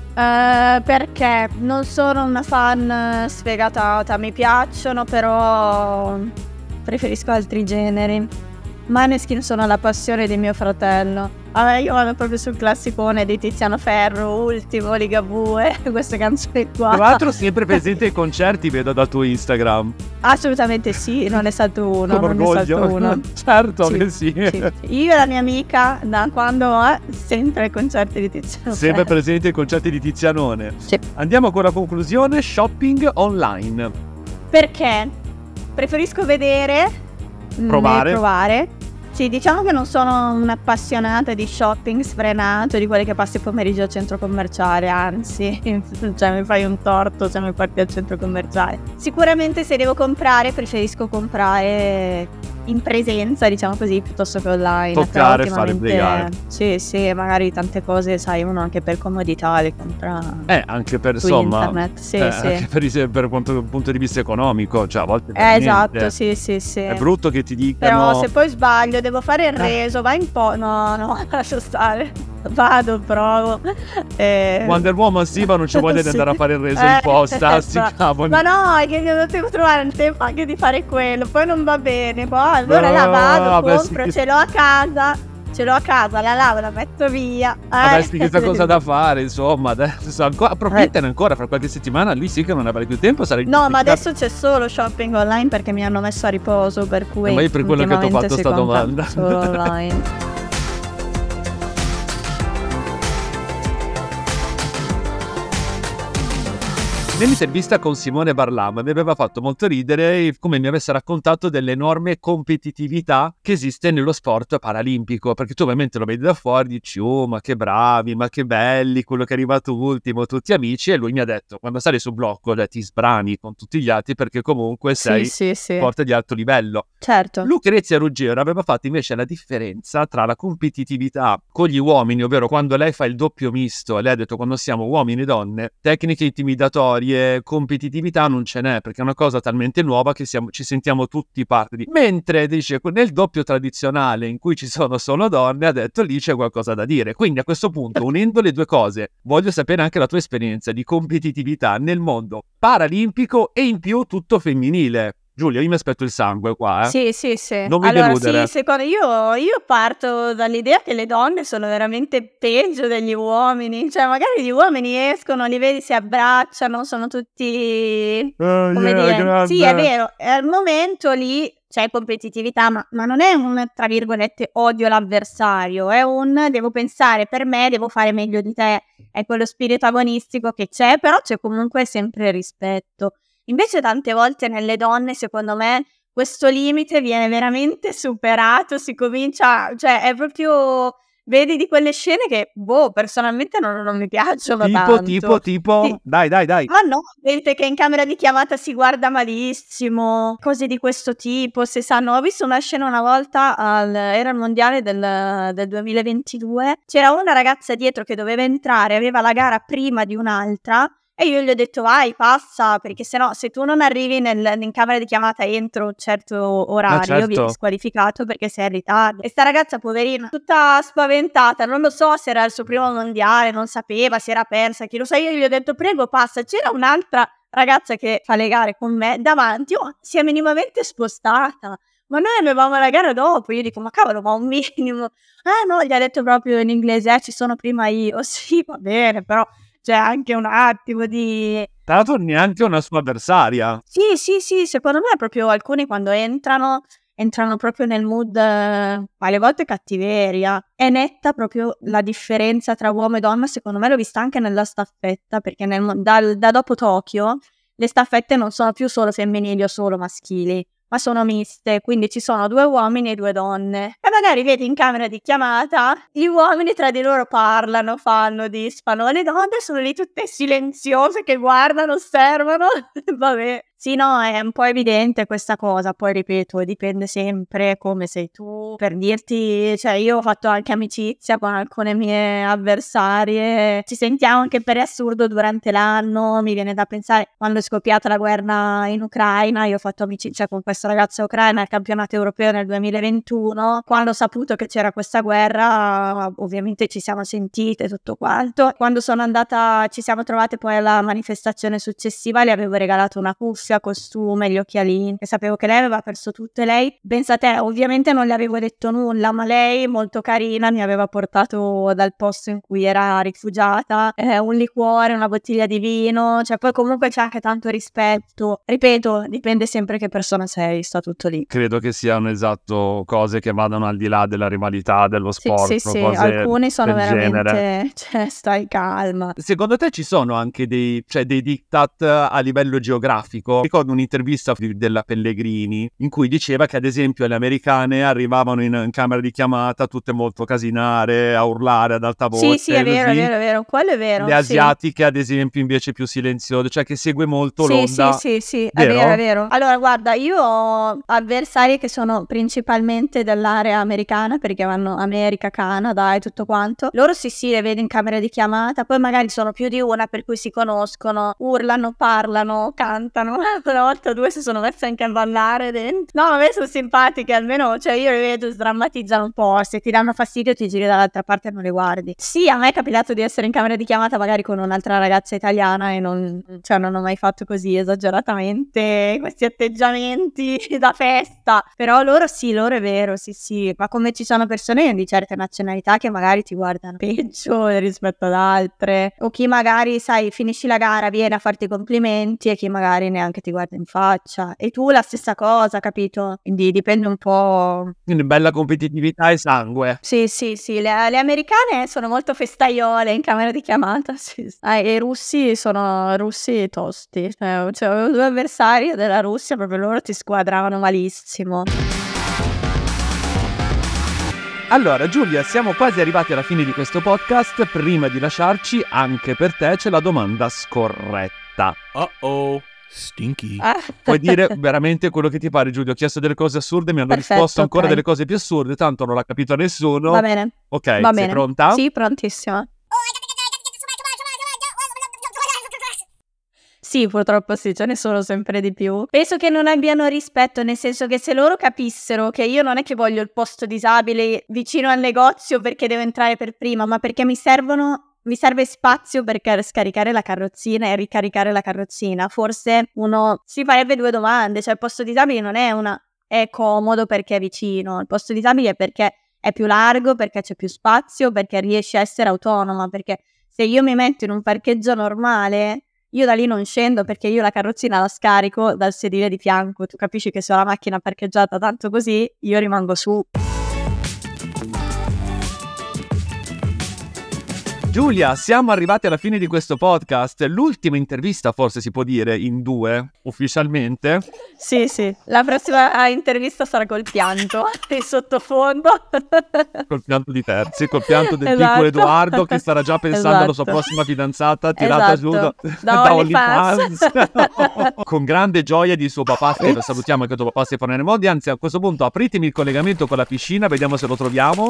A: Perché non sono una fan sfegatata, mi piacciono, però preferisco altri generi. Maneskin sono la passione di mio fratello. Io vado proprio sul classicone di Tiziano Ferro, Ultimo, Ligabue, queste canzoni qua.
C: Tra l'altro sempre presente ai concerti, vedo dal tuo Instagram.
A: Assolutamente sì, non è stato uno.
C: Con
A: non
C: orgoglio.
A: È stato uno.
C: Certo che sì.
A: Io e la mia amica, da quando sempre ai concerti di Tiziano
C: sempre
A: Ferro.
C: presente ai concerti di Tizianone.
A: Sì.
C: Andiamo con la conclusione, shopping online.
A: Perché preferisco vedere,
C: provare
A: Sì, diciamo che non sono un'appassionata di shopping sfrenato, di quelli che passi il pomeriggio al centro commerciale, anzi, cioè mi fai un torto se mi porti al centro commerciale. Sicuramente se devo comprare, preferisco comprare in presenza, diciamo così, piuttosto che online.
C: Toccare,
A: Però
C: fare, brigare.
A: Sì, magari tante cose, sai, uno anche per comodità le compra
C: Anche per,
A: su
C: insomma,
A: internet, sì.
C: anche per quanto punto di vista economico, cioè a volte
A: Esatto, sì.
C: è brutto che ti dicano.
A: Però se poi sbaglio, devo fare il reso, vai un po'. No, lascio stare. Vado, provo.
C: Wonder Woman sì, ma non ci voglia di andare a fare il reso in posta, sti cavoli.
A: Ma no, è che devo trovare il tempo anche di fare quello, poi non va bene. Poi allora la vado, compro, ce l'ho a casa, la lavo, la metto via.
C: Vabbè, questa cosa da fare, insomma, adesso approfittane ancora, fra qualche settimana lì sì che non avrai più tempo, sarai
A: no, ma adesso c'è solo shopping online perché mi hanno messo a riposo, per cui
C: ma io per quello che ti ho fatto sta domanda.
A: Solo online.
C: Nell'intervista con Simone Barlam mi aveva fatto molto ridere come mi avesse raccontato dell'enorme competitività che esiste nello sport paralimpico, perché tu ovviamente lo vedi da fuori, dici oh ma che bravi, ma che belli, quello che è arrivato ultimo, tutti amici, e lui mi ha detto quando sali sul blocco ti sbrani con tutti gli altri perché comunque sei sport di alto livello.
A: Certo.
C: Lucrezia Ruggero aveva fatto invece la differenza tra la competitività con gli uomini, ovvero quando lei fa il doppio misto, lei ha detto quando siamo uomini e donne, tecniche intimidatorie, competitività non ce n'è, perché è una cosa talmente nuova che ci sentiamo tutti parte di. Mentre dice nel doppio tradizionale in cui ci sono solo donne, ha detto lì c'è qualcosa da dire. Quindi a questo punto, unendo le due cose, voglio sapere anche la tua esperienza di competitività nel mondo paralimpico e in più tutto femminile. Giulia, io mi aspetto il sangue qua,
A: Sì.
C: Non mi deludere.
A: Sì, secondo io parto dall'idea che le donne sono veramente peggio degli uomini. Cioè, magari gli uomini escono, li vedi, si abbracciano, sono tutti... come dire...
C: grande.
A: Sì, è vero, al momento lì c'è competitività, ma non è un, tra virgolette, odio l'avversario, è un devo pensare per me, devo fare meglio di te. È quello spirito agonistico che c'è, però c'è comunque sempre rispetto. Invece tante volte nelle donne, secondo me, questo limite viene veramente superato, si comincia, cioè è proprio, vedi di quelle scene che, personalmente non mi piacciono tanto.
C: Tipo, dai.
A: Ma no, gente che in camera di chiamata si guarda malissimo, cose di questo tipo, se sanno. Ho visto una scena una volta, era il mondiale del 2022, c'era una ragazza dietro che doveva entrare, aveva la gara prima di un'altra, e io gli ho detto vai, passa, perché sennò se tu non arrivi in camera di chiamata entro un certo orario vieni squalificato perché sei in ritardo. E sta ragazza poverina, tutta spaventata, non lo so se era il suo primo mondiale, non sapeva, si era persa, chi lo sa. Io gli ho detto prego passa. C'era un'altra ragazza che fa le gare con me davanti, si è minimamente spostata. Ma noi avevamo la gara dopo. Io dico ma cavolo, ma un minimo. No, gli ha detto proprio in inglese, ci sono prima io. Sì, va bene, però c'è anche un attimo di...
C: Tra l'altro neanche una sua avversaria.
A: Sì, secondo me proprio alcuni quando entrano proprio nel mood, alle volte cattiveria. È netta proprio la differenza tra uomo e donna, secondo me l'ho vista anche nella staffetta, perché da dopo Tokyo le staffette non sono più solo femminili o solo maschili, ma sono miste, quindi ci sono 2 uomini e 2 donne. E magari vedi in camera di chiamata, gli uomini tra di loro parlano, fanno, disfano, le donne sono lì tutte silenziose che guardano, osservano, vabbè. Sì, no, è un po' evidente questa cosa, poi ripeto, dipende sempre come sei tu. Per dirti, cioè io ho fatto anche amicizia con alcune mie avversarie, ci sentiamo anche per assurdo durante l'anno, mi viene da pensare quando è scoppiata la guerra in Ucraina, io ho fatto amicizia con questa ragazza ucraina al campionato europeo nel 2021, quando ho saputo che c'era questa guerra ovviamente ci siamo sentite tutto quanto. Quando sono andata, ci siamo trovate poi alla manifestazione successiva, le avevo regalato una cuffia, costume, gli occhialini, e sapevo che lei aveva perso tutto. E lei, pensa te, ovviamente non le avevo detto nulla, ma lei molto carina mi aveva portato dal posto in cui era rifugiata un liquore, una bottiglia di vino, cioè poi comunque c'è anche tanto rispetto. Ripeto, dipende sempre che persona sei, sta tutto lì.
C: Credo che siano esatto cose che vadano sono al di là della rivalità, dello sport,
A: sì,
C: cose
A: alcuni sono
C: del
A: veramente,
C: genere.
A: cioè stai calma.
C: Secondo te ci sono anche dei diktat a livello geografico? Ricordo un'intervista della Pellegrini in cui diceva che ad esempio le americane arrivavano in camera di chiamata tutte molto casinare, a urlare ad alta voce.
A: Sì, è vero, quello è vero.
C: Le asiatiche ad esempio invece più silenziose, cioè che segue molto l'onda.
A: Sì,
C: Vero?
A: è vero. Allora guarda, io ho avversari che sono principalmente dell'area americana, perché vanno America, Canada e tutto quanto. Loro sì, le vedo in camera di chiamata, poi magari sono più di una per cui si conoscono, urlano, parlano, cantano. Una volta o due si sono messe anche a ballare dentro. No, a me sono simpatiche, almeno, cioè io le vedo, sdrammatizzano un po', se ti danno fastidio ti giri dall'altra parte e non le guardi. Sì, a me è capitato di essere in camera di chiamata magari con un'altra ragazza italiana e non ho mai fatto così esageratamente questi atteggiamenti da festa, però loro è vero, sì, ma come ci sono persone di certe nazionalità che magari ti guardano peggio rispetto ad altre, o chi magari, sai, finisci la gara, viene a farti complimenti e chi magari neanche ti guarda in faccia, e tu la stessa cosa, capito? Quindi dipende un po'.
C: Quindi bella competitività e sangue.
A: Sì, le americane sono molto festaiole in camera di chiamata, sì. E i russi sono tosti, cioè avevo due avversari della Russia, proprio loro ti squadravano malissimo.
C: Allora Giulia, siamo quasi arrivati alla fine di questo podcast. Prima di lasciarci, anche per te c'è la domanda scorretta.
H: Stinky.
C: Puoi dire veramente quello che ti pare, Giulia. Ho chiesto delle cose assurde, mi hanno risposto ancora delle cose più assurde, tanto non l'ha capito nessuno.
A: Va bene.
C: Ok,
A: Va
C: sei
A: bene.
C: pronta?
A: Sì, prontissima. Sì, purtroppo sì, ce ne sono sempre di più. Penso che non abbiano rispetto, nel senso che se loro capissero che io non è che voglio il posto disabile vicino al negozio perché devo entrare per prima, ma perché mi serve spazio per scaricare la carrozzina e ricaricare la carrozzina, forse uno si farebbe due domande, cioè il posto disabile non è comodo perché è vicino, il posto disabile è perché è più largo, perché c'è più spazio, perché riesce a essere autonoma, perché se io mi metto in un parcheggio normale, io da lì non scendo perché io la carrozzina la scarico dal sedile di fianco, tu capisci che se ho la macchina parcheggiata tanto così, io rimango su.
C: Giulia, siamo arrivati alla fine di questo podcast. L'ultima intervista, forse si può dire, in due, ufficialmente.
A: Sì. La prossima intervista sarà col pianto in sottofondo.
C: Col pianto di Terzi, col pianto del piccolo Edoardo che starà già pensando alla sua prossima fidanzata tirata giù da OnlyFans. Con grande gioia di suo papà, che salutiamo anche tuo papà Stefano Raimondi. Anzi, a questo punto apritemi il collegamento con la piscina, vediamo se lo troviamo.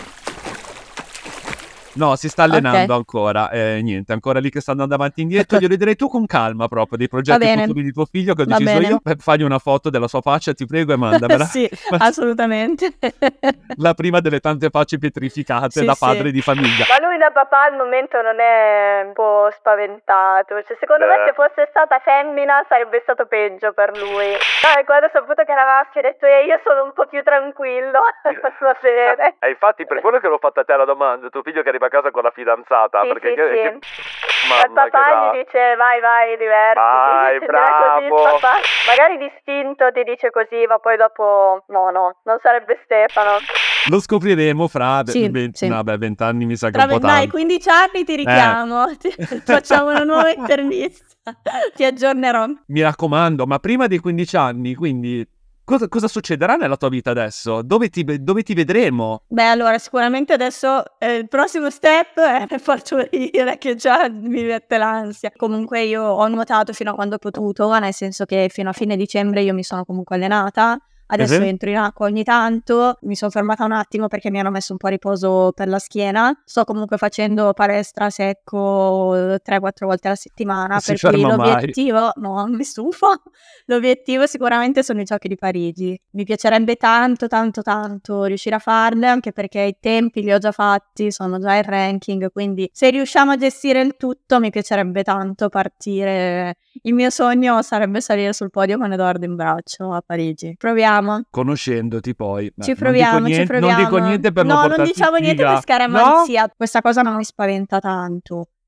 C: No, si sta allenando ancora, niente, ancora lì che sta andando avanti e indietro. Glielo direi tu con calma proprio, dei progetti futuri di tuo figlio che ho deciso io. Fagli una foto della sua faccia, ti prego, e mandamela.
A: Sì, assolutamente.
C: La prima delle tante facce pietrificate da padre di famiglia.
B: Ma lui da papà al momento non è un po' spaventato, cioè secondo me se fosse stata femmina sarebbe stato peggio per lui. No, e quando ho saputo che era maschio ho detto io sono un po' più tranquillo.
G: Infatti per quello che l'ho fatta a te la domanda, tuo figlio che arriva a casa con la fidanzata,
B: sì,
G: perché
B: il papà gli dice vai divertiti,
G: vai bravo
B: così, papà. Magari distinto ti dice così, ma poi dopo no, non sarebbe Stefano.
C: Lo scopriremo fra 20 anni, mi sa che è un po' tanto.
A: Dai, 15 anni ti richiamo, facciamo una nuova intervista, ti aggiornerò.
C: Mi raccomando, ma prima dei 15 anni, quindi cosa succederà nella tua vita adesso? Dove ti vedremo?
A: Beh, allora, sicuramente adesso il prossimo step è partorire, che già mi mette l'ansia. Comunque io ho nuotato fino a quando ho potuto, nel senso che fino a fine dicembre io mi sono comunque allenata. Adesso entro in acqua ogni tanto, mi sono fermata un attimo perché mi hanno messo un po' a riposo per la schiena. Sto comunque facendo palestra secco 3-4 volte alla settimana, per cui l'obiettivo, no, mi stufo, l'obiettivo sicuramente sono i Giochi di Parigi. Mi piacerebbe tanto riuscire a farle, anche perché i tempi li ho già fatti, sono già in ranking, quindi se riusciamo a gestire il tutto mi piacerebbe tanto partire. Il mio sogno sarebbe salire sul podio con Edoardo in braccio a Parigi. Proviamo.
C: Conoscendoti poi.
A: Ci proviamo.
C: Non dico niente per non portarti
A: diciamo niente per scaramanzia. No? Questa cosa non mi spaventa tanto.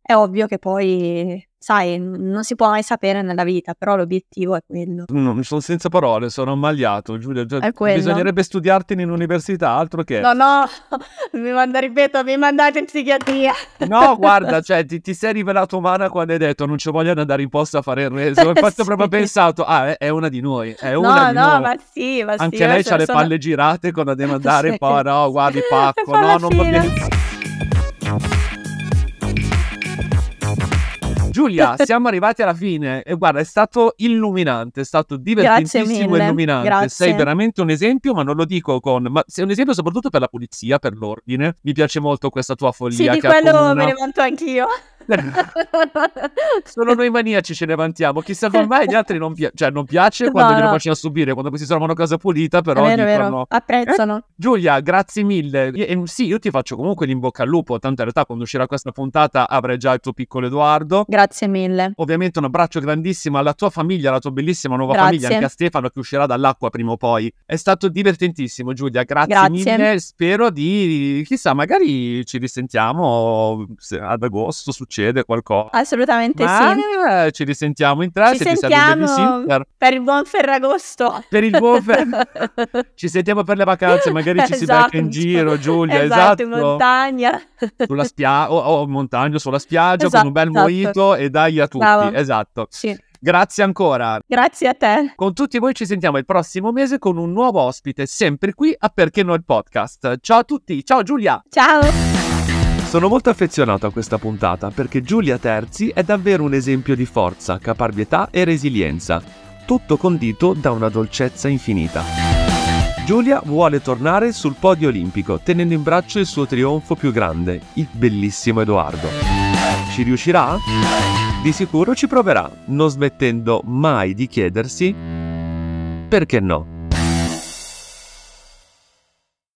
A: È ovvio che poi, sai, non si può mai sapere nella vita, però l'obiettivo è quello.
C: Sono senza parole, sono ammaliato, Giulia.
A: È quello.
C: Bisognerebbe studiarti in università, altro che...
A: No, mi mandate in psichiatria.
C: No, guarda, cioè ti sei rivelato umana quando hai detto non ci vogliono andare in posta a fare il reso. Infatti ho proprio pensato, è una di noi, è una di noi.
A: Ma sì.
C: Anche lei c'ha le palle girate quando deve andare, poi no, guardi pacco, no, non va bene. Giulia, siamo arrivati alla fine e guarda, è stato illuminante, è stato divertentissimo e illuminante.
A: Grazie.
C: Sei veramente un esempio, ma non lo dico ma sei un esempio soprattutto per la pulizia, per l'ordine. Mi piace molto questa tua follia.
A: Sì, di
C: che
A: quello
C: accomuna.
A: me ne vanto anch'io.
C: Solo noi maniaci ce ne vantiamo. Chissà come mai gli altri non piace quando glielo facciamo subire, quando si trovano casa pulita, però
A: è vero,
C: dicono
A: apprezzano.
C: Giulia, grazie mille. Sì, io ti faccio comunque l'in bocca al lupo, tanto in realtà quando uscirà questa puntata avrai già il tuo piccolo Edoardo.
A: Grazie mille.
C: Ovviamente un abbraccio grandissimo alla tua famiglia, alla tua bellissima nuova famiglia, anche a Stefano che uscirà dall'acqua prima o poi. È stato divertentissimo, Giulia, grazie mille. Spero chissà, magari ci risentiamo se ad agosto succede qualcosa.
A: Assolutamente sì.
C: Ci risentiamo in tre.
A: Ci sentiamo per il buon Ferragosto.
C: Per il buon ci sentiamo per le vacanze, magari ci si becca in giro, Giulia. Esatto,
A: in montagna.
C: Sulla spiaggia o in montagna, sulla spiaggia, con un bel mojito e dai a tutti.
A: Bravo.
C: Esatto.
A: Sì.
C: Grazie ancora.
A: Grazie a te.
C: Con tutti voi ci sentiamo il prossimo mese con un nuovo ospite, sempre qui a Perché No il Podcast. Ciao a tutti, ciao Giulia.
A: Ciao.
C: Sono molto affezionato a questa puntata perché Giulia Terzi è davvero un esempio di forza, caparbietà e resilienza, tutto condito da una dolcezza infinita. Giulia vuole tornare sul podio olimpico tenendo in braccio il suo trionfo più grande, il bellissimo Edoardo. Ci riuscirà? Di sicuro ci proverà, non smettendo mai di chiedersi perché no.